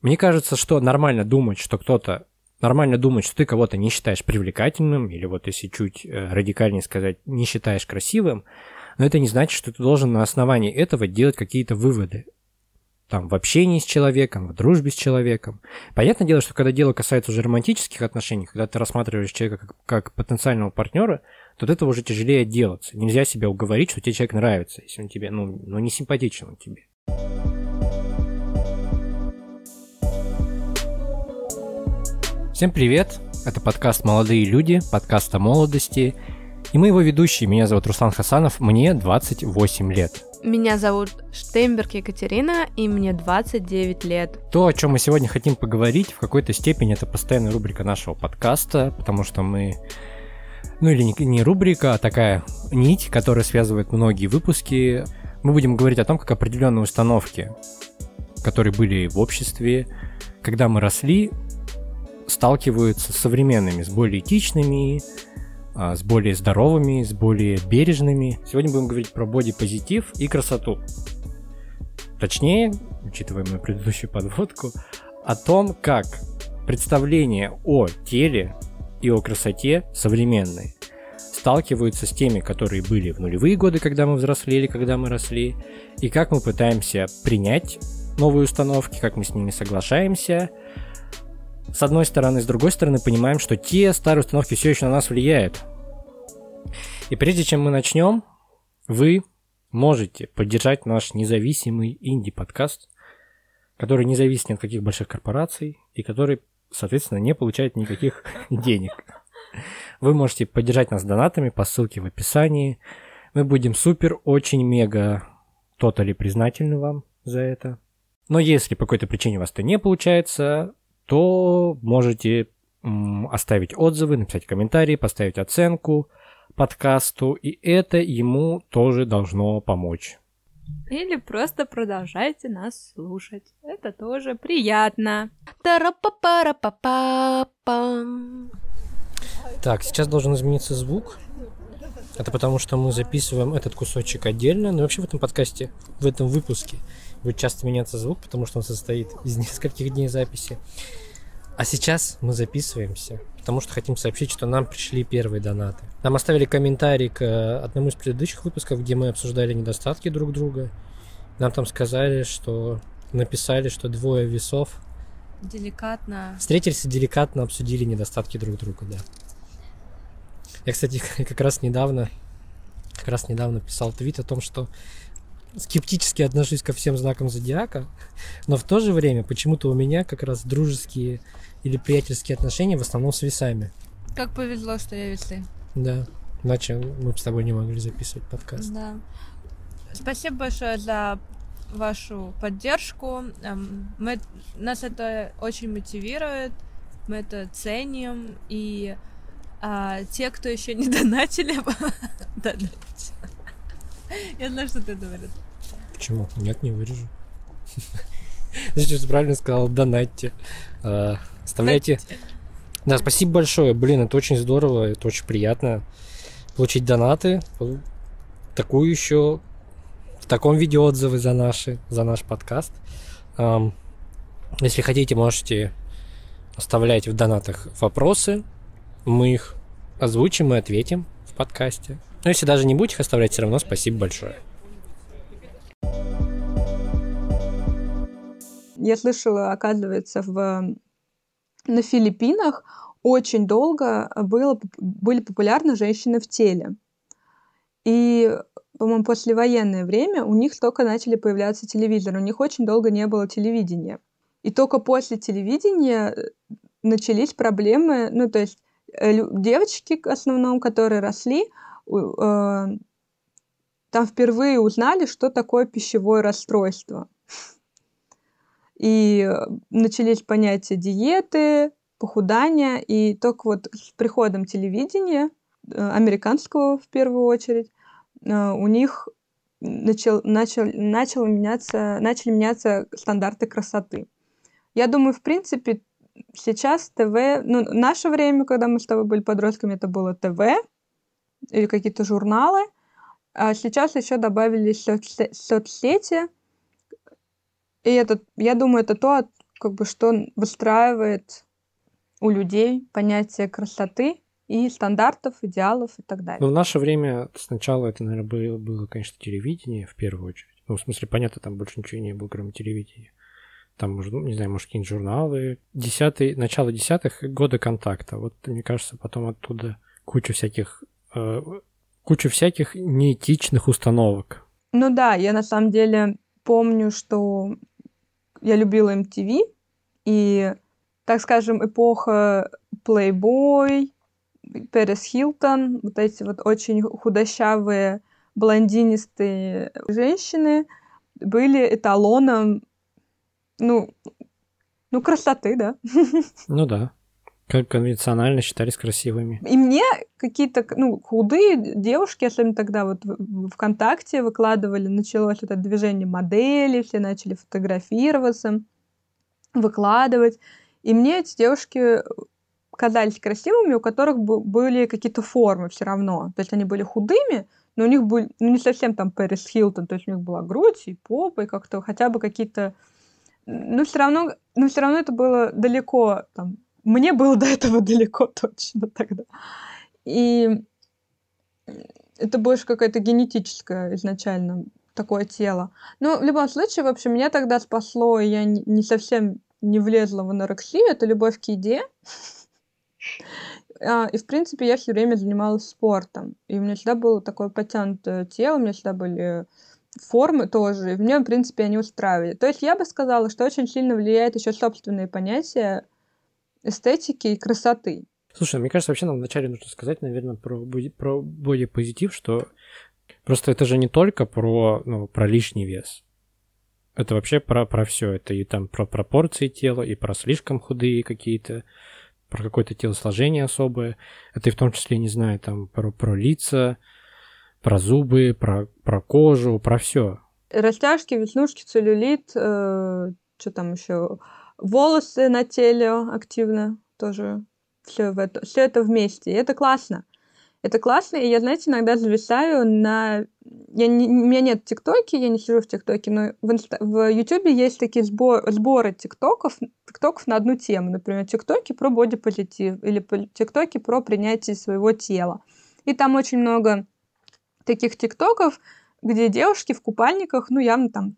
Мне кажется, что нормально думать, что ты кого-то не считаешь привлекательным, или вот если чуть радикальнее сказать, не считаешь красивым, но это не значит, что ты должен на основании этого делать какие-то выводы. Там, в общении с человеком, в дружбе с человеком. Понятное дело, что когда дело касается уже романтических отношений, когда ты рассматриваешь человека как потенциального партнера, то от этого уже тяжелее отделаться. Нельзя себя уговорить, что тебе человек нравится, если он тебе, не симпатичен он тебе. Всем привет! Это подкаст «Молодые люди», подкаст о молодости. И мы его ведущие. Меня зовут Руслан Хасанов, мне 28 лет. Меня зовут Штейнберг Екатерина, и мне 29 лет. То, о чем мы сегодня хотим поговорить, в какой-то степени это постоянная рубрика нашего подкаста, потому что мы... или не рубрика, а такая нить, которая связывает многие выпуски. Мы будем говорить о том, как определенные установки, которые были в обществе, когда мы росли, сталкиваются с современными, с более этичными, с более здоровыми, с более бережными. Сегодня будем говорить про бодипозитив и красоту. Точнее, учитывая мою предыдущую подводку, о том, как представления о теле и о красоте современные сталкиваются с теми, которые были в нулевые годы, когда мы взрослели, когда мы росли, и как мы пытаемся принять новые установки, как мы с ними соглашаемся. С одной стороны, с другой стороны, понимаем, что те старые установки все еще на нас влияют. И прежде чем мы начнем, вы можете поддержать наш независимый инди-подкаст, который не зависит ни от каких больших корпораций и который, соответственно, не получает никаких денег. Вы можете поддержать нас донатами по ссылке в описании. Мы будем супер, очень мега тотали признательны вам за это. Но если по какой-то причине у вас это не получается, то можете оставить отзывы, написать комментарии, поставить оценку подкасту, и это ему тоже должно помочь. Или просто продолжайте нас слушать. Это тоже приятно. Так, сейчас должен измениться звук. Это потому, что мы записываем этот кусочек отдельно, но вообще в этом подкасте, в этом выпуске будет часто меняться звук, потому что он состоит из нескольких дней записи. А сейчас мы записываемся, потому что хотим сообщить, что нам пришли первые донаты. Нам оставили комментарий к одному из предыдущих выпусков, где мы обсуждали недостатки друг друга. Нам там написали, что двое весов деликатно встретились и деликатно обсудили недостатки друг друга, да. Я, кстати, как раз недавно писал твит о том, что скептически отношусь ко всем знакам зодиака, но в то же время почему-то у меня как раз дружеские или приятельские отношения в основном с весами. Как повезло, что я весы. Да, иначе мы бы с тобой не могли записывать подкаст. Да. Спасибо большое за вашу поддержку. Нас это очень мотивирует, мы это ценим, и те, кто еще не донатили, донатите. Я знаю, что ты говоришь. Почему? Нет, не вырежу. Ты сейчас правильно сказал, донатьте. Оставляйте. Да, спасибо большое. Блин, это очень здорово, это очень приятно получить донаты. Такую еще в таком виде отзывы за наш подкаст. Если хотите, можете оставлять в донатах вопросы. Мы их озвучим и ответим в подкасте. Но если даже не будете их оставлять, все равно спасибо большое. Я слышала, оказывается, на Филиппинах очень долго были популярны женщины в теле. И, по-моему, послевоенное время у них только начали появляться телевизоры. У них очень долго не было телевидения. И только после телевидения начались проблемы. То есть девочки, в основном, которые росли, там впервые узнали, что такое пищевое расстройство. И начались понятия диеты, похудания, и только вот с приходом телевидения, американского в первую очередь, у них начали меняться стандарты красоты. Я думаю, в принципе, сейчас ТВ, наше время, когда мы с тобой были подростками, это было ТВ или какие-то журналы, а сейчас еще добавили соцсети, и я думаю, это то, как бы что выстраивает у людей понятие красоты и стандартов, идеалов и так далее. Ну, в наше время сначала это, наверное, было, конечно, телевидение в первую очередь. Ну, в смысле, понятно, там больше ничего не было, кроме телевидения. Там, не знаю, может, какие-нибудь журналы. Начало десятых, годы контакта. Вот, мне кажется, потом оттуда куча всяких неэтичных установок. Ну да, я на самом деле помню, что я любила MTV, и, так скажем, эпоха Playboy, Пэрис Хилтон, вот эти вот очень худощавые, блондинистые женщины были эталоном, красоты, да. Ну да. Как конвенционально считались красивыми. И мне какие-то, худые девушки, особенно тогда вот в ВКонтакте выкладывали, началось это движение моделей, все начали фотографироваться, выкладывать. И мне эти девушки казались красивыми, у которых были какие-то формы все равно. То есть они были худыми, но у них были, не совсем там Пэрис Хилтон, то есть у них была грудь и попа, и как-то хотя бы какие-то... Но все равно это было далеко, там, мне было до этого далеко точно тогда. И это больше какое-то генетическое изначально такое тело. Но в любом случае, в общем, меня тогда спасло, и я не совсем не влезла в анорексию, это любовь к еде. И, в принципе, я все время занималась спортом. И у меня всегда было такое подтянутое тело, у меня всегда были формы тоже, и мне, в принципе, они устраивали. То есть я бы сказала, что очень сильно влияет еще собственные понятия эстетики и красоты. Слушай, мне кажется, вообще нам вначале нужно сказать, наверное, про бодипозитив, что просто это же не только про лишний вес. Это вообще про все. Это и там про пропорции тела, и про слишком худые какие-то, про какое-то телосложение особое. Это и в том числе, не знаю, там про лица, про зубы, про кожу, про все. Растяжки, веснушки, целлюлит, что там еще, волосы на теле активно тоже. Все это вместе. И это классно. Это классно, и я, знаете, иногда зависаю на... У меня нет ТикТоки, я не сижу в ТикТоке, но в Ютубе есть такие сборы ТикТоков на одну тему. Например, ТикТоки про бодипозитив или ТикТоки про принятие своего тела. И там очень много таких ТикТоков, где девушки в купальниках, явно там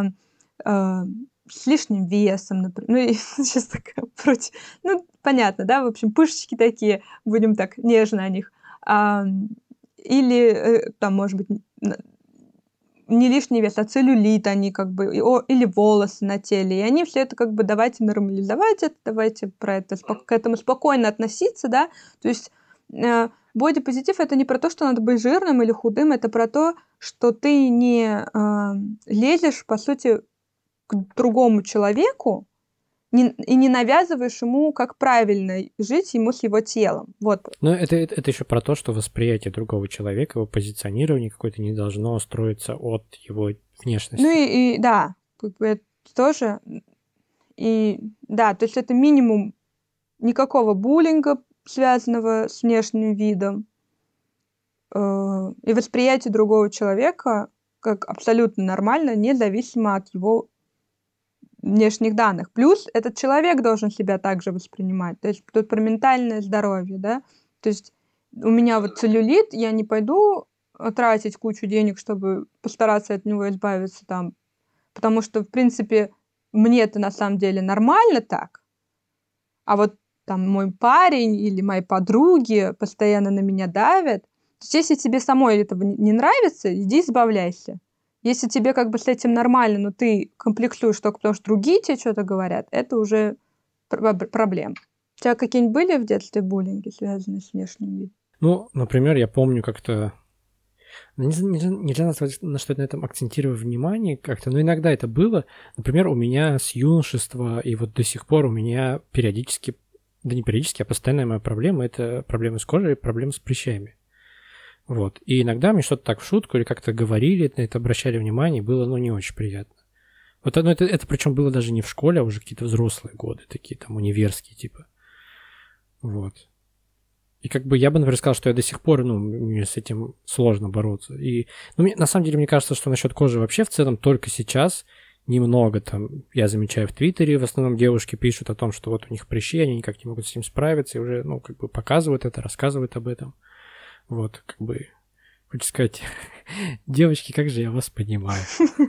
с лишним весом, например. Сейчас такая против... понятно, да? В общем, пышечки такие, будем так нежно о них. Или там, может быть, не лишний вес, а целлюлит они как бы, или волосы на теле. И они все это как бы давайте нормализовать это, давайте к этому спокойно относиться, да. То есть бодипозитив — это не про то, что надо быть жирным или худым, это про то, что ты не лезешь, по сути, к другому человеку и не навязываешь ему, как правильно жить ему с его телом. Вот. Но это еще про то, что восприятие другого человека, его позиционирование какое-то не должно строиться от его внешности. Да, это тоже. И да, то есть это минимум никакого буллинга, связанного с внешним видом, и восприятие другого человека как абсолютно нормально, независимо от его внешних данных. Плюс этот человек должен себя также воспринимать. То есть тут про ментальное здоровье, да. То есть у меня вот целлюлит, я не пойду тратить кучу денег, чтобы постараться от него избавиться там, потому что, в принципе, мне это на самом деле нормально так, а вот там мой парень или мои подруги постоянно на меня давят. То есть если тебе самой этого не нравится, иди избавляйся. Если тебе как бы с этим нормально, но ты комплексуешь только потому, что другие тебе что-то говорят, это уже проблема. У тебя какие-нибудь были в детстве буллинги, связанные с внешним видом? Например, я помню как-то... Нельзя назвать, на что на этом акцентировать внимание как-то, но иногда это было. Например, у меня с юношества, и вот до сих пор у меня периодически, да не периодически, а постоянная моя проблема — это проблемы с кожей и проблемы с прыщами. Вот. И иногда мне что-то так в шутку или как-то говорили, на это обращали внимание, и было, не очень приятно. Вот это причем было даже не в школе, а уже какие-то взрослые годы, такие там универские типа. Вот. И как бы я бы, например, сказал, что я до сих пор, мне с этим сложно бороться. И, на самом деле, мне кажется, что насчет кожи вообще в целом только сейчас немного там, я замечаю в Твиттере, в основном девушки пишут о том, что вот у них прыщи, они никак не могут с ним справиться, и уже, ну, как бы показывают это, рассказывают об этом. Вот, как бы, хочу сказать, девочки, как же я вас понимаю.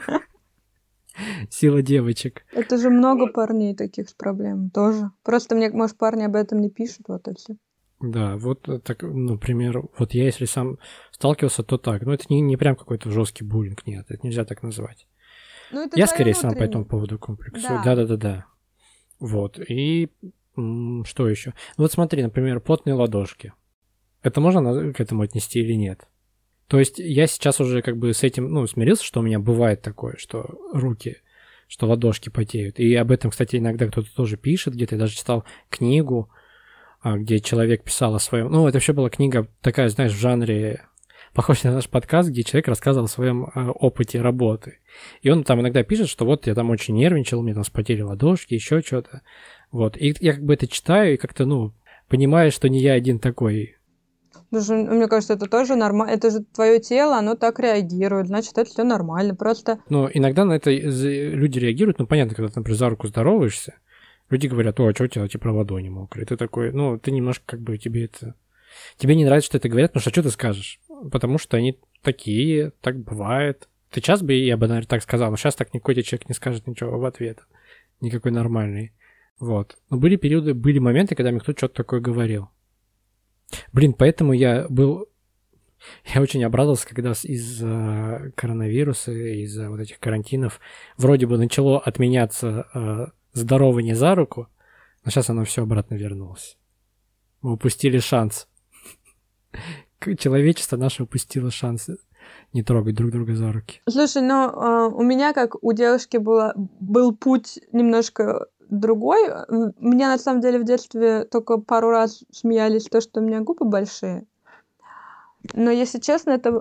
Сила девочек. Это же много парней таких с проблем тоже. Просто мне, может, парни об этом не пишут, вот и все. Да, вот так, например, вот я если сам сталкивался, то так. Но это не прям какой-то жесткий буллинг, нет, это нельзя так назвать. Ну, это Я твоё скорее сам по внутреннее. этому поводу комплексую. Да. Вот. И что еще? Ну вот смотри, например, потные ладошки. Это можно к этому отнести или нет? То есть я сейчас уже как бы с этим, ну, смирился, что у меня бывает такое, что руки, что ладошки потеют. И об этом, кстати, иногда кто-то тоже пишет, где-то я даже читал книгу, где человек писал о своем... Ну, это вообще была книга такая, знаешь, в жанре, похожая на наш подкаст, где человек рассказывал о своем опыте работы. И он там иногда пишет, что вот я там очень нервничал, у меня там вспотели ладошки, еще что-то. Вот. И я как бы это читаю и как-то, ну, понимаю, что не я один такой. Даже, мне кажется, это тоже нормально. Это же твое тело, оно так реагирует. Значит, это все нормально. Просто. Но иногда на это люди реагируют. Ну, понятно, когда ты, например, за руку здороваешься, люди говорят: о, а что у тебя, типа, ладони мокрые? Ты такой, ну, ты немножко как бы тебе это... Тебе не нравится, что это говорят, потому что что ты скажешь? Потому что они такие, так бывает. Ты сейчас бы, я бы, наверное, так сказал, но сейчас так никакой тебе человек не скажет ничего в ответ. Никакой нормальный. Вот. Но были периоды, были моменты, когда мне кто-то что-то такое говорил. Блин, поэтому я очень обрадовался, когда из-за коронавируса, из-за вот этих карантинов вроде бы начало отменяться здорование за руку, но сейчас оно все обратно вернулось. Мы упустили шанс. Человечество наше упустило шанс не трогать друг друга за руки. Слушай, но у меня, как у девушки, был путь немножко другой. Меня, на самом деле, в детстве только пару раз смеялись то, что у меня губы большие. Но, если честно, это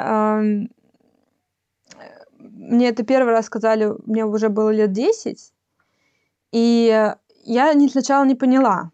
мне это первый раз сказали, мне уже было лет 10, и я сначала не поняла.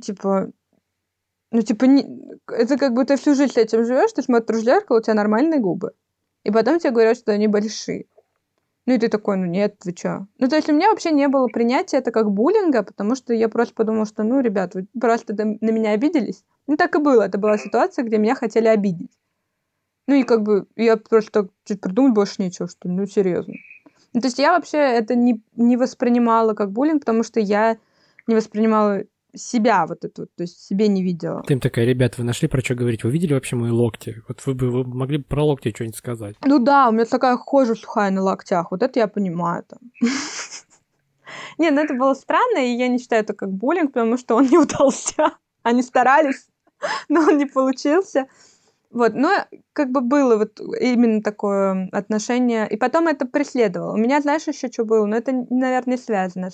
Это как бы ты всю жизнь с этим живешь, ты смотришь в зеркало, у тебя нормальные губы. И потом тебе говорят, что они большие. Ну и ты такой, ну нет, вы чё? Ну то есть у меня вообще не было принятия это как буллинга, потому что я просто подумала, что, ну, ребят, вы просто на меня обиделись. Ну так и было, это была ситуация, где меня хотели обидеть. Ну и как бы я просто чуть придумать больше нечего, что ли, ну серьезно. Ну, то есть я вообще это не воспринимала как буллинг, потому что я не воспринимала себя вот эту, то есть себе не видела. Ты им такая: ребят, вы нашли про что говорить? Вы видели вообще мои локти? Вот вы могли бы про локти что-нибудь сказать. Ну да, у меня такая кожа сухая на локтях, вот это я понимаю там. Не, ну это было странно, и я не считаю это как буллинг, потому что он не удался. Они старались, но он не получился. Вот, но как бы было вот именно такое отношение. И потом это преследовало. У меня, знаешь, еще что было? Но это, наверное, связано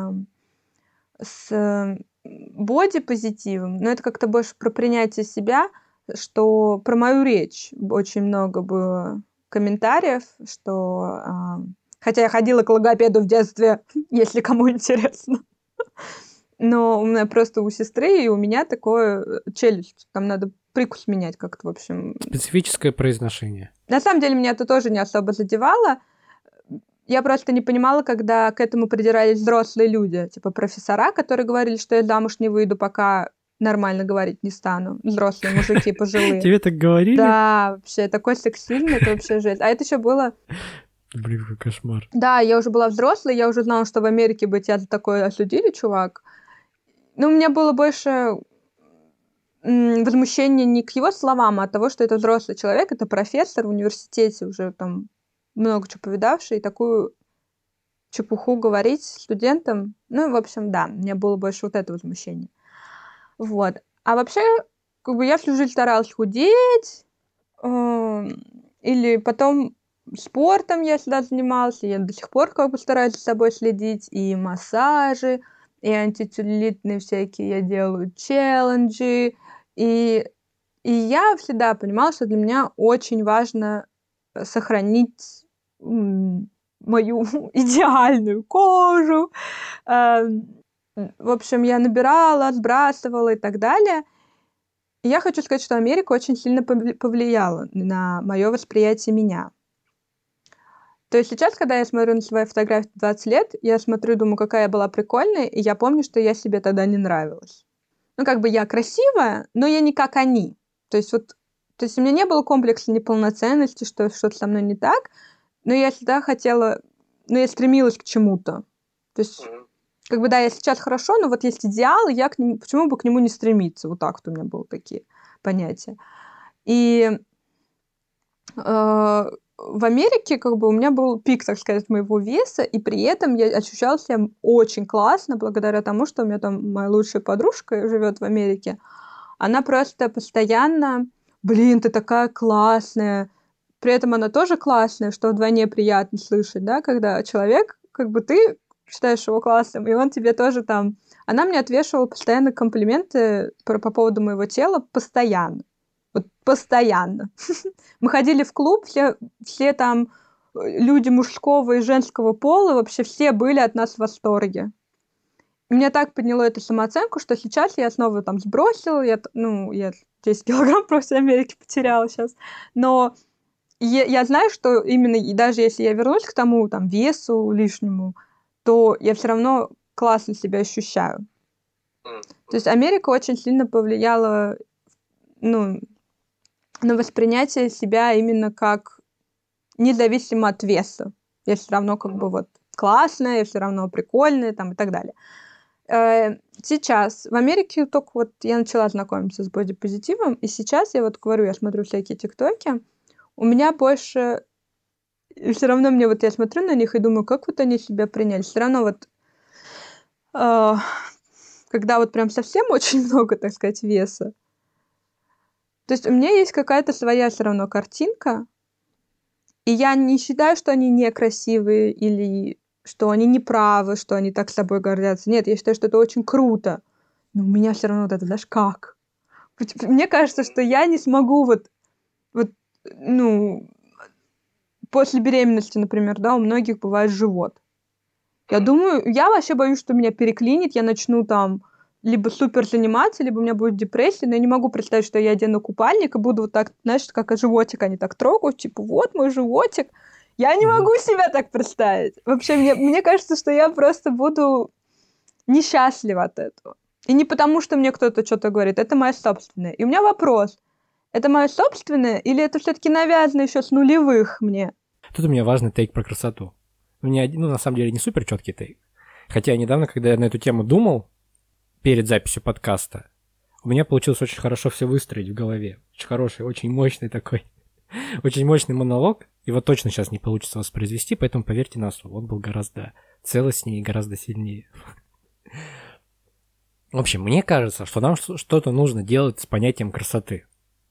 с бодипозитивом, но это как-то больше про принятие себя, что про мою речь очень много было комментариев, что... Хотя я ходила к логопеду в детстве, если кому интересно. Но у меня просто у сестры и у меня такое челюсть. Там надо прикус менять как-то, в общем. Специфическое произношение. На самом деле меня это тоже не особо задевало. Я просто не понимала, когда к этому придирались взрослые люди, типа профессора, которые говорили, что я замуж не выйду, пока нормально говорить не стану. Взрослые мужики пожилые. Тебе так говорили? Да, вообще, такой сексизм, это вообще жесть. А это еще было... Блин, какой кошмар. Да, я уже была взрослой, я уже знала, что в Америке бы тебя за такое осудили, чувак. Но у меня было больше возмущение не к его словам, а от того, что это взрослый человек, это профессор в университете, уже там много чего повидавший, и такую чепуху говорить студентам. Ну, в общем, да, у меня было больше вот это возмущение. Вот. А вообще, как бы я всю жизнь старалась худеть, или потом спортом я всегда занималась, и я до сих пор как бы стараюсь за собой следить, и массажи, и антицеллюлитные всякие я делаю челленджи, и я всегда понимала, что для меня очень важно сохранить мою идеальную кожу. В общем, я набирала, сбрасывала и так далее. И я хочу сказать, что Америка очень сильно повлияла на мое восприятие меня. То есть сейчас, когда я смотрю на свои фотографии 20 лет, я смотрю, думаю, какая я была прикольная, и я помню, что я себе тогда не нравилась. Ну, как бы я красивая, но я не как они. То есть то есть у меня не было комплекса неполноценности, что что-то со мной не так, но я всегда хотела, ну, я стремилась к чему-то. То есть, как бы, да, я сейчас хорошо, но вот есть идеал, и я к нему, почему бы к нему не стремиться? Вот так вот у меня были такие понятия. И в Америке, как бы, у меня был пик, так сказать, моего веса, и при этом я ощущала себя очень классно, благодаря тому, что у меня там моя лучшая подружка живет в Америке. Она просто постоянно, блин, ты такая классная. При этом она тоже классная, что вдвойне приятно слышать, да, когда человек, как бы ты считаешь его классным, и он тебе тоже там... Она мне отвешивала постоянно комплименты по поводу моего тела постоянно. Вот постоянно. Мы ходили в клуб, все там люди мужского и женского пола, вообще все были от нас в восторге. И меня так подняло эту самооценку, что сейчас я снова там сбросила, я 10 килограмм после Америки потеряла сейчас, но я знаю, что именно, и даже если я вернусь к тому там весу лишнему, то я все равно классно себя ощущаю. То есть Америка очень сильно повлияла, ну, на воспринятие себя именно как независимо от веса. Я все равно как бы вот классная, я все равно прикольная там и так далее. Сейчас в Америке только вот я начала знакомиться с бодипозитивом, и сейчас я вот говорю, я смотрю всякие тиктоки, у меня больше... И все равно мне вот я смотрю на них и думаю, как вот они себя приняли. Все равно вот когда вот прям совсем очень много, так сказать, веса, то есть у меня есть какая-то своя все равно картинка, и я не считаю, что они некрасивые или что они неправы, что они так собой гордятся. Нет, я считаю, что это очень круто. Но у меня все равно вот это, знаешь, как? Мне кажется, что я не смогу после беременности, например, да, у многих бывает живот. Я думаю, я вообще боюсь, что меня переклинит, я начну там либо супер заниматься, либо у меня будет депрессия, но я не могу представить, что я одену купальник и буду вот так, знаешь, как животик они так трогают, типа, вот мой животик. Я не могу себя так представить. Вообще, мне кажется, что я просто буду несчастлива от этого. И не потому, что мне кто-то что-то говорит, это мое собственное. И у меня вопрос, это мое собственное или это все-таки навязано еще с нулевых мне? Тут у меня важный тейк про красоту. У меня, на самом деле, не супер четкий тейк. Хотя недавно, когда я на эту тему думал, перед записью подкаста, у меня получилось очень хорошо все выстроить в голове. Очень хороший, очень мощный такой, очень мощный монолог. Его точно сейчас не получится воспроизвести, поэтому поверьте на слово, он был гораздо целостнее и гораздо сильнее. В общем, мне кажется, что нам что-то нужно делать с понятием красоты.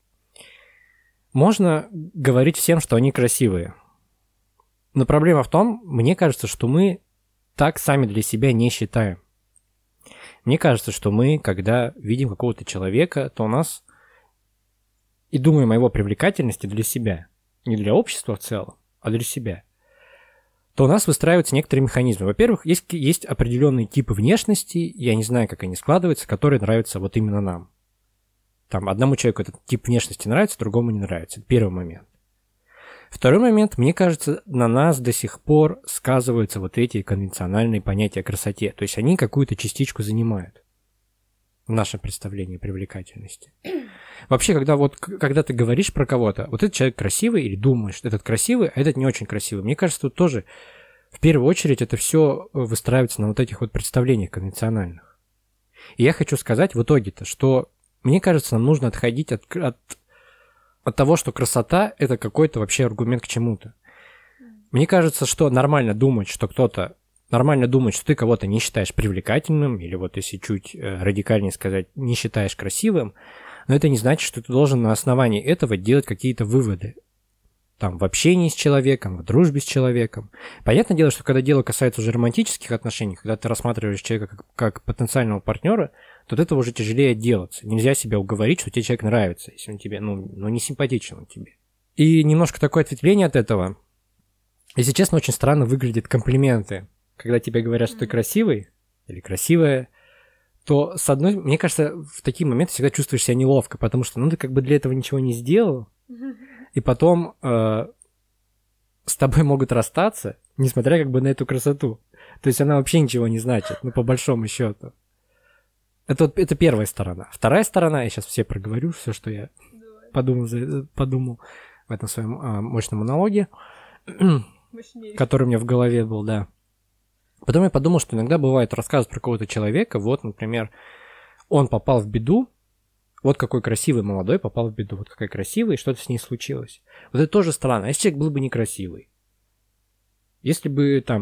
Можно говорить всем, что они красивые. Но проблема в том, мне кажется, что мы так сами для себя не считаем. Мне кажется, что мы, когда видим какого-то человека, то у нас и думаем о его привлекательности для себя, не для общества в целом, а для себя, то у нас выстраиваются некоторые механизмы. Во-первых, есть определенные типы внешности, я не знаю, как они складываются, которые нравятся вот именно нам. Там одному человеку этот тип внешности нравится, другому не нравится. Это первый момент. Второй момент, мне кажется, на нас до сих пор сказываются вот эти конвенциональные понятия о красоте. То есть они какую-то частичку занимают в нашем представлении о привлекательности. Вообще, когда ты говоришь про кого-то, вот этот человек красивый или думаешь, этот красивый, а этот не очень красивый. Мне кажется, тут тоже в первую очередь это все выстраивается на вот этих вот представлениях конвенциональных. И я хочу сказать в итоге-то, что мне кажется, нам нужно отходить от того, что красота – это какой-то вообще аргумент к чему-то. Мне кажется, что нормально думать, что ты кого-то не считаешь привлекательным, или вот если чуть радикальнее сказать, не считаешь красивым, но это не значит, что ты должен на основании этого делать какие-то выводы. Там, в общении с человеком, в дружбе с человеком. Понятное дело, что когда дело касается уже романтических отношений, когда ты рассматриваешь человека как потенциального партнера, то от этого уже тяжелее отделаться. Нельзя себя уговорить, что тебе человек нравится, если он тебе, не симпатичен он тебе. И немножко такое ответвление от этого. Если честно, очень странно выглядят комплименты. Когда тебе говорят, что ты красивый или красивая, то, с одной, мне кажется, в такие моменты всегда чувствуешь себя неловко, потому что, ты как бы для этого ничего не сделал, и потом с тобой могут расстаться, несмотря как бы на эту красоту. То есть она вообще ничего не значит, ну, по большому счету. Это первая сторона. Вторая сторона, я сейчас все проговорю, все, что я подумал в этом своем мощном монологе, который у меня в голове был, да. Потом я подумал, что иногда бывает рассказ про какого-то человека, вот, например, он попал в беду, вот какой красивый молодой попал в беду, вот какая красивая, и что-то с ней случилось. Вот это тоже странно. А если человек был бы некрасивый? Если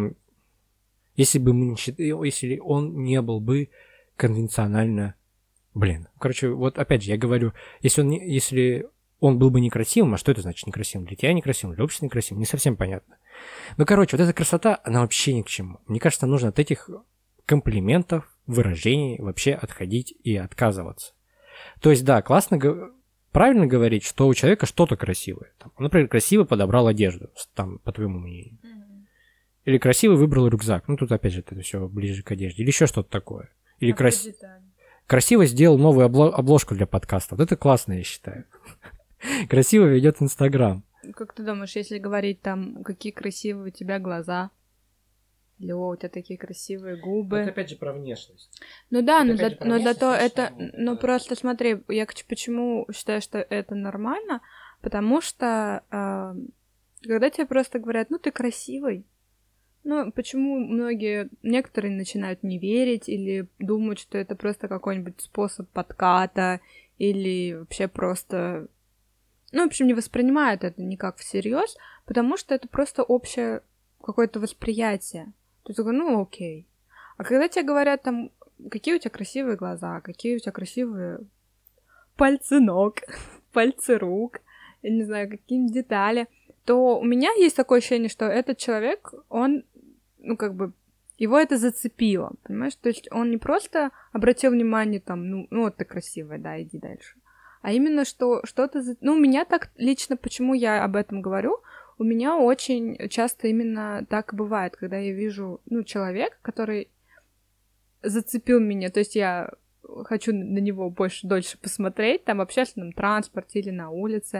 он не был бы конвенционально... Короче, вот опять же, я говорю, если он был бы некрасивым, а что это значит некрасивым? Для тебя некрасивым, для общества некрасивым, не совсем понятно. Ну, короче, вот эта красота, она вообще ни к чему. Мне кажется, нужно от этих комплиментов, выражений вообще отходить и отказываться. То есть, да, правильно говорить, что у человека что-то красивое. Там, он, например, красиво подобрал одежду, там, по твоему мнению. Или красиво выбрал рюкзак. Ну, тут, опять же, это все ближе к одежде. Или еще что-то такое. Или красиво сделал новую обложку для подкаста. Вот это классно, я считаю. Красиво ведет Инстаграм. Как ты думаешь, если говорить там, какие красивые у тебя глаза, или у тебя такие красивые губы. Это опять же про внешность. Ну да, но зато это... Ну просто смотри, я почему считаю, что это нормально, потому что когда тебе просто говорят, ну ты красивый, ну почему некоторые начинают не верить или думают, что это просто какой-нибудь способ подката или вообще просто... Ну, в общем, не воспринимают это никак всерьез, потому что это просто общее какое-то восприятие. Ты такой, ну окей. А когда тебе говорят там, какие у тебя красивые глаза, какие у тебя красивые пальцы ног, пальцы рук, я не знаю, какие-нибудь детали, то у меня есть такое ощущение, что этот человек, он, ну как бы, его это зацепило, понимаешь? То есть он не просто обратил внимание там, ну вот ты красивая, да, иди дальше. А именно, что что-то... Ну, у меня так лично, почему я об этом говорю, у меня очень часто именно так и бывает, когда я вижу, ну, человека, который зацепил меня, то есть я хочу на него дольше посмотреть, там, в общественном транспорте или на улице,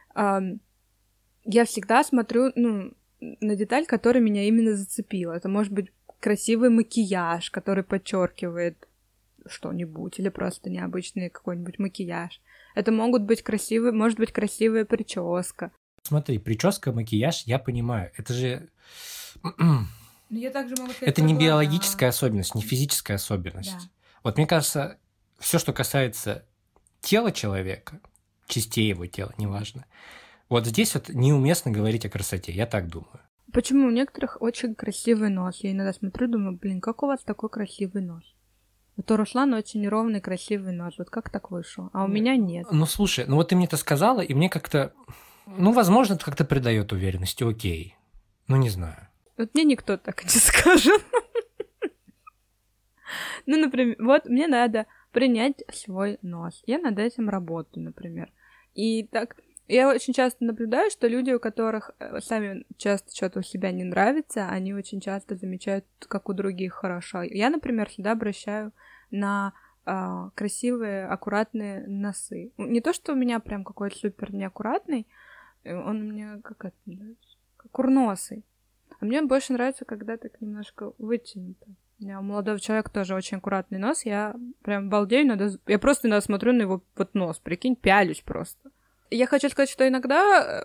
я всегда смотрю, ну, на деталь, которая меня именно зацепила. Это может быть красивый макияж, который подчеркивает что-нибудь, или просто необычный какой-нибудь макияж. Это может быть красивая прическа. Смотри, прическа, макияж, я понимаю. Это же... Я также могу сказать, это не биологическая особенность, не физическая особенность. Да. Вот мне кажется, все, что касается тела человека, частей его тела, неважно, вот здесь вот неуместно говорить о красоте, я так думаю. Почему? У некоторых очень красивый нос. Я иногда смотрю, думаю, как у вас такой красивый нос? Вот у Руслана очень ровный, красивый нос. Вот как так вышло? А у меня нет. Ну, слушай, ну вот ты мне это сказала, и мне как-то... Ну, возможно, это как-то придает уверенности, окей. Ну, не знаю. Вот мне никто так не скажет. Ну, например, вот мне надо принять свой нос. Я над этим работаю, например. И так... Я очень часто наблюдаю, что люди, у которых сами часто что-то у себя не нравится, они очень часто замечают, как у других хорошо. Я, например, всегда обращаю на красивые, аккуратные носы. Не то, что у меня прям какой-то супер неаккуратный, он у меня как курносый. А мне больше нравится, когда так немножко вытянуто. У меня у молодого человека тоже очень аккуратный нос, я прям балдею, я просто иногда смотрю на его вот нос, прикинь, пялюсь просто. Я хочу сказать, что иногда,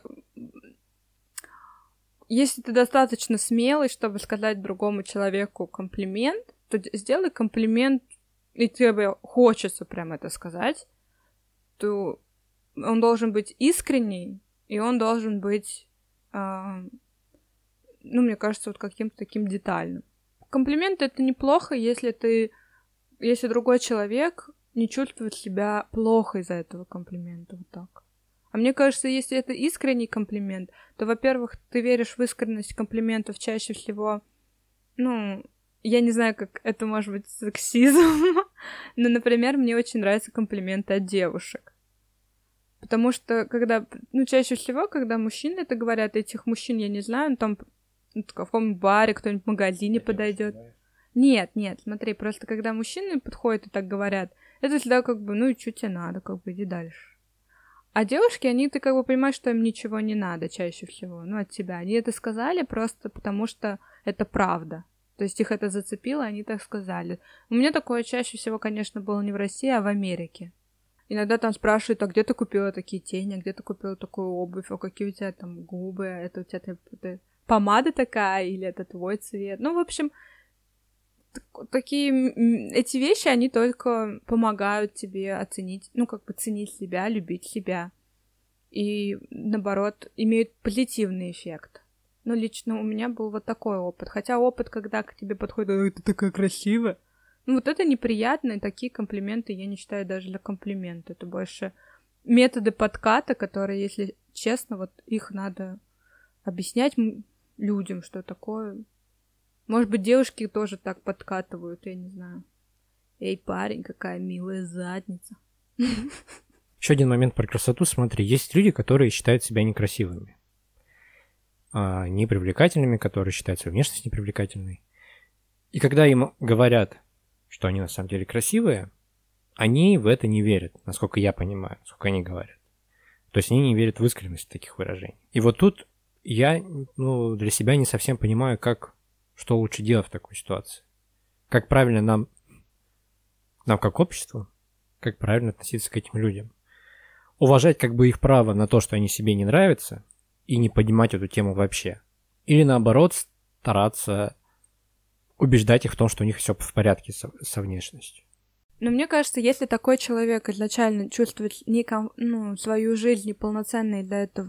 если ты достаточно смелый, чтобы сказать другому человеку комплимент, то сделай комплимент, и тебе хочется прям это сказать, то он должен быть искренний, и он должен быть, ну, мне кажется, вот каким-то таким детальным. Комплимент — это неплохо, если другой человек не чувствует себя плохо из-за этого комплимента, вот так. А мне кажется, если это искренний комплимент, то, во-первых, ты веришь в искренность комплиментов чаще всего, ну, я не знаю, как это может быть сексизм, но, например, мне очень нравятся комплименты от девушек. Потому что, чаще всего, когда мужчины это говорят, этих мужчин я не знаю, там в каком-нибудь баре, кто-нибудь в магазине подойдет. Нет, смотри, просто когда мужчины подходят и так говорят, это всегда ну и что тебе надо, иди дальше. А девушки, они, ты как бы понимаешь, что им ничего не надо чаще всего, ну, от тебя. Они это сказали просто потому, что это правда. То есть их это зацепило, они так сказали. У меня такое чаще всего, конечно, было не в России, а в Америке. Иногда там спрашивают, а где ты купила такие тени, а где ты купила такую обувь, а какие у тебя там губы, это у тебя это помада такая, или это твой цвет. Ну, в общем, эти вещи, они только помогают тебе оценить, ну, как бы ценить себя, любить себя. И, наоборот, имеют позитивный эффект. Но лично у меня был вот такой опыт. Хотя опыт, когда к тебе подходит, ой, ты такая красивая. Ну, вот это неприятно, и такие комплименты я не считаю даже за комплименты. Это больше методы подката, которые, если честно, вот их надо объяснять людям, что такое. Может быть, девушки тоже так подкатывают, я не знаю. Эй, парень, какая милая задница. Еще один момент про красоту. Смотри, есть люди, которые считают себя некрасивыми. Непривлекательными, которые считают свою внешность непривлекательной. И когда им говорят, что они на самом деле красивые, они в это не верят, насколько я понимаю, насколько они говорят. То есть они не верят в искренность таких выражений. И вот тут я для себя не совсем понимаю, что лучше делать в такой ситуации. Как правильно нам как обществу, как правильно относиться к этим людям. Уважать как бы их право на то, что они себе не нравятся, и не поднимать эту тему вообще. Или наоборот, стараться убеждать их в том, что у них все в порядке со внешностью. Но мне кажется, если такой человек изначально чувствует свою жизнь неполноценной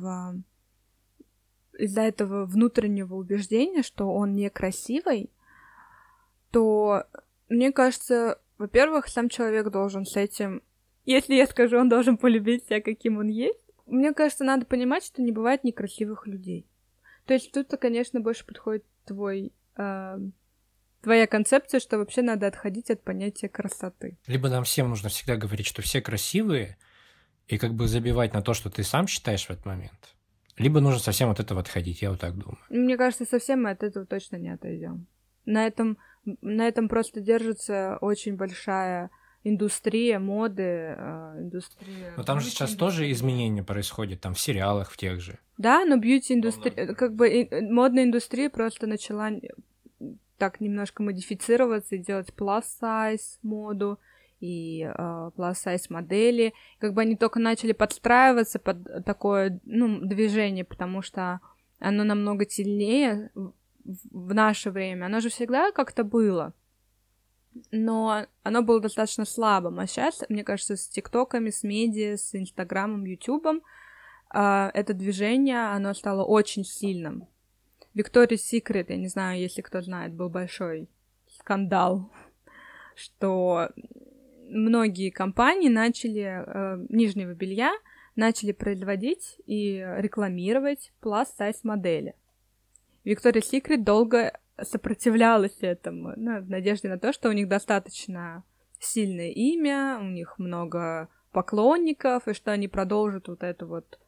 из-за этого внутреннего убеждения, что он некрасивый, то, мне кажется, во-первых, сам человек должен с этим... Если я скажу, он должен полюбить себя, каким он есть. Мне кажется, надо понимать, что не бывает некрасивых людей. То есть тут-то, конечно, больше подходит твоя концепция, что вообще надо отходить от понятия красоты. Либо нам всем нужно всегда говорить, что все красивые, и как бы забивать на то, что ты сам считаешь в этот момент. Либо нужно совсем от этого отходить, я вот так думаю. Мне кажется, совсем мы от этого точно не отойдем. На этом просто держится очень большая индустрия моды, индустрия... Но там же сейчас тоже изменения происходят, там в сериалах, в тех же. Да, но бьюти-индустрия, как бы модная индустрия просто начала так немножко модифицироваться и делать plus-size моду и plus-size модели. Как бы они только начали подстраиваться под такое, движение, потому что оно намного сильнее в наше время. Оно же всегда как-то было, но оно было достаточно слабым. А сейчас, мне кажется, с тиктоками, с медиа, с инстаграмом, ютубом это движение, оно стало очень сильным. Victoria's Secret, я не знаю, если кто знает, был большой скандал, что многие компании нижнего белья начали производить и рекламировать plus-size модели. Victoria's Secret долго сопротивлялась этому, в надежде на то, что у них достаточно сильное имя, у них много поклонников, и что они продолжат вот эту вот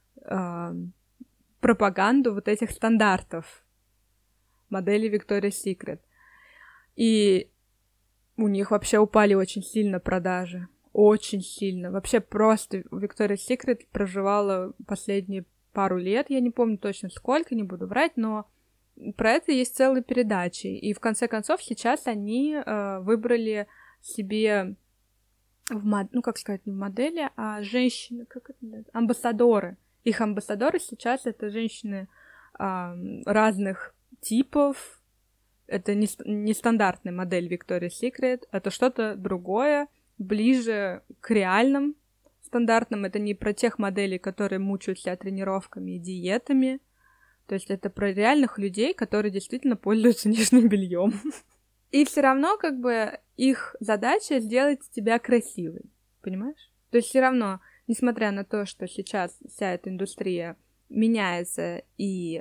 пропаганду вот этих стандартов модели Victoria's Secret. И у них вообще упали очень сильно продажи. Очень сильно. Вообще просто Victoria's Secret проживала последние пару лет, я не помню точно сколько, не буду врать, но про это есть целые передачи. И в конце концов сейчас они выбрали себе не в модели, а женщины, амбассадоры. Их амбассадоры сейчас это женщины разных типов. Это не стандартная модель Victoria's Secret, это что-то другое, ближе к реальным стандартным. Это не про тех моделей, которые мучают себя тренировками и диетами. То есть это про реальных людей, которые действительно пользуются нижним бельем. И все равно как бы их задача сделать тебя красивой, понимаешь? То есть все равно, несмотря на то, что сейчас вся эта индустрия меняется и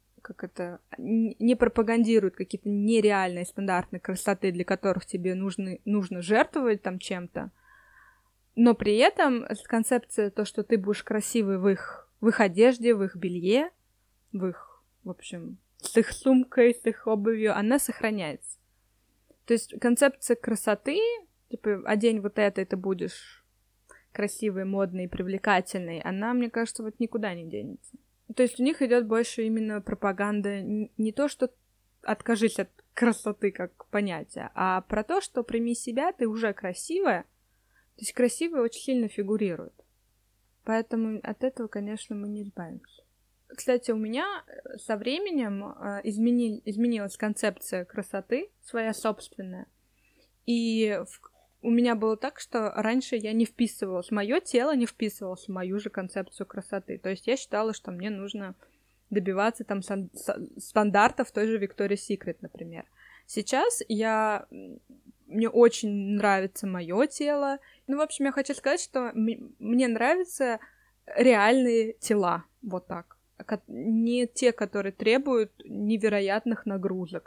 не пропагандирует какие-то нереальные стандартные красоты, для которых тебе нужно жертвовать там чем-то, но при этом концепция то, что ты будешь красивой в их одежде, в их белье, в их, в общем, с их сумкой, с их обувью, она сохраняется. То есть концепция красоты, типа, одень вот это, и ты будешь красивой, модной, привлекательной, она, мне кажется, вот никуда не денется. То есть у них идет больше именно пропаганда не то, что откажись от красоты как понятия, а про то, что прими себя, ты уже красивая. То есть красивая очень сильно фигурирует. Поэтому от этого, конечно, мы не избавимся. Кстати, у меня со временем изменилась концепция красоты, своя собственная. И у меня было так, что раньше я не вписывалась, мое тело не вписывалось в мою же концепцию красоты. То есть я считала, что мне нужно добиваться там стандартов той же Victoria's Secret, например. Сейчас мне очень нравится мое тело. Ну, в общем, я хочу сказать, что мне нравятся реальные тела, вот так. Не те, которые требуют невероятных нагрузок.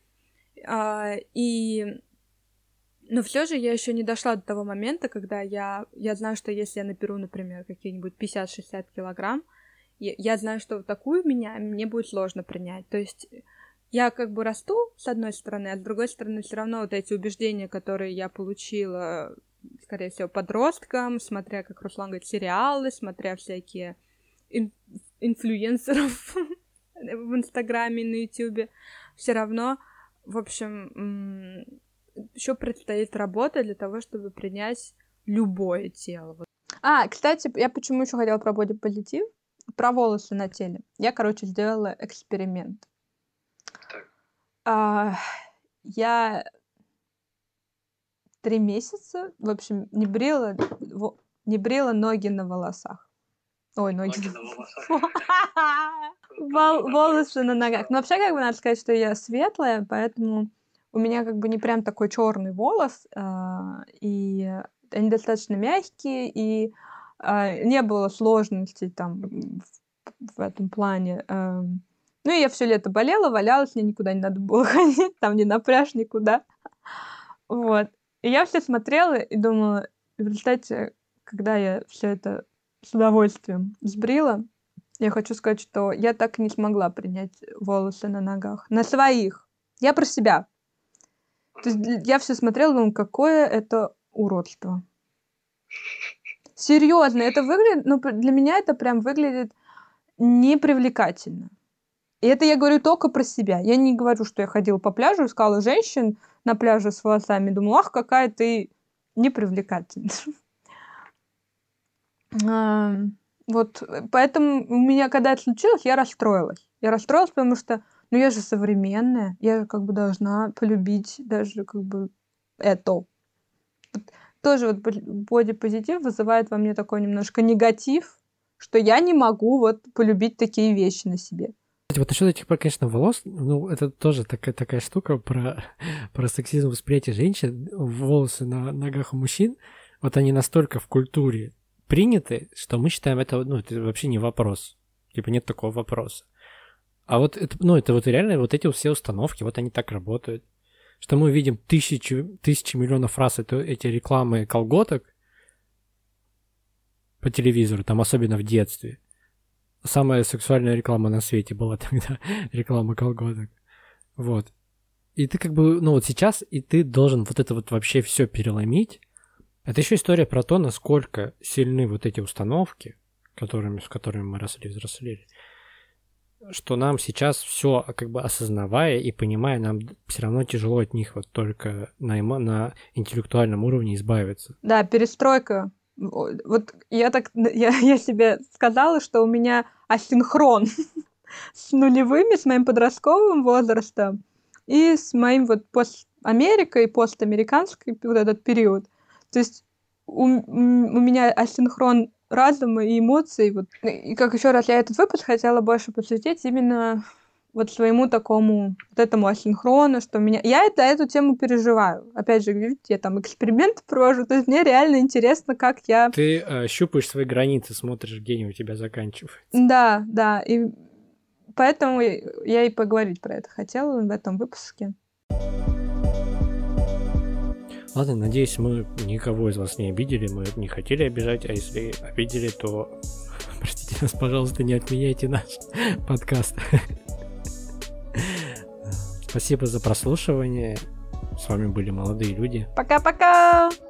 Но все же я еще не дошла до того момента, когда я знаю, что если я наберу, например, какие-нибудь 50-60 килограмм, я знаю, что такую мне будет сложно принять. То есть я как бы расту, с одной стороны, а с другой стороны, все равно вот эти убеждения, которые я получила, скорее всего, подросткам, смотря, как Руслан говорит, сериалы, смотря всякие инфлюенсеров в Инстаграме, на Ютубе, все равно, в общем, еще предстоит работа для того, чтобы принять любое тело. Кстати, я почему еще хотела про бодипозитив? Про волосы на теле. Я, сделала эксперимент. Я 3 месяца, в общем, не брила ноги на волосах. Ой, ноги на волосах. Волосы на ногах. Но вообще, надо сказать, что я светлая, поэтому у меня не прям такой черный волос, и они достаточно мягкие, и не было сложностей там в этом плане. Ну, и я все лето болела, валялась, мне никуда не надо было ходить, там не на пляж, никуда. Вот. И я все смотрела и думала, в результате, когда я все это с удовольствием сбрила, я хочу сказать, что я так и не смогла принять волосы на ногах. На своих. Я про себя. То есть я все смотрела, думала, какое это уродство. Серьезно, это выглядит, для меня это прям выглядит непривлекательно. И это я говорю только про себя. Я не говорю, что я ходила по пляжу, искала женщин на пляже с волосами, думала, какая ты непривлекательная. Вот, поэтому у меня, когда это случилось, я расстроилась. Я расстроилась, потому что, я же современная, я же должна полюбить даже это. Тоже бодипозитив вызывает во мне такой немножко негатив, что я не могу полюбить такие вещи на себе. Вот насчет этих, конечно, волос, это тоже такая штука про сексизм восприятия женщин. Волосы на ногах у мужчин, они настолько в культуре приняты, что мы считаем это вообще не вопрос. Нет такого вопроса. А это реально эти все установки, они так работают. Что мы видим тысячи миллионов раз эти рекламы колготок по телевизору, там особенно в детстве. Самая сексуальная реклама на свете была тогда, реклама колготок. Вот. И ты сейчас, и ты должен это вообще все переломить. Это еще история про то, насколько сильны эти установки, с которыми мы взрослели, что нам сейчас все осознавая и понимая, нам все равно тяжело от них только на интеллектуальном уровне избавиться. Да, перестройка. Я себе сказала, что у меня асинхрон с нулевыми, с моим подростковым возрастом и с моим Америкой, постамериканской этот период. То есть у меня асинхрон разума и эмоций. И как еще раз я этот выпуск хотела больше посвятить именно своему такому этому асинхрону, что я эту тему переживаю. Опять же, видите, я там эксперименты провожу, то есть мне реально интересно, как я... Ты щупаешь свои границы, смотришь, где они у тебя заканчиваются. Да, и поэтому я и поговорить про это хотела в этом выпуске. Ладно, надеюсь, мы никого из вас не обидели, мы не хотели обижать, а если обидели, то простите нас, пожалуйста, не отменяйте наш подкаст. Спасибо за прослушивание. С вами были молодые люди. Пока-пока!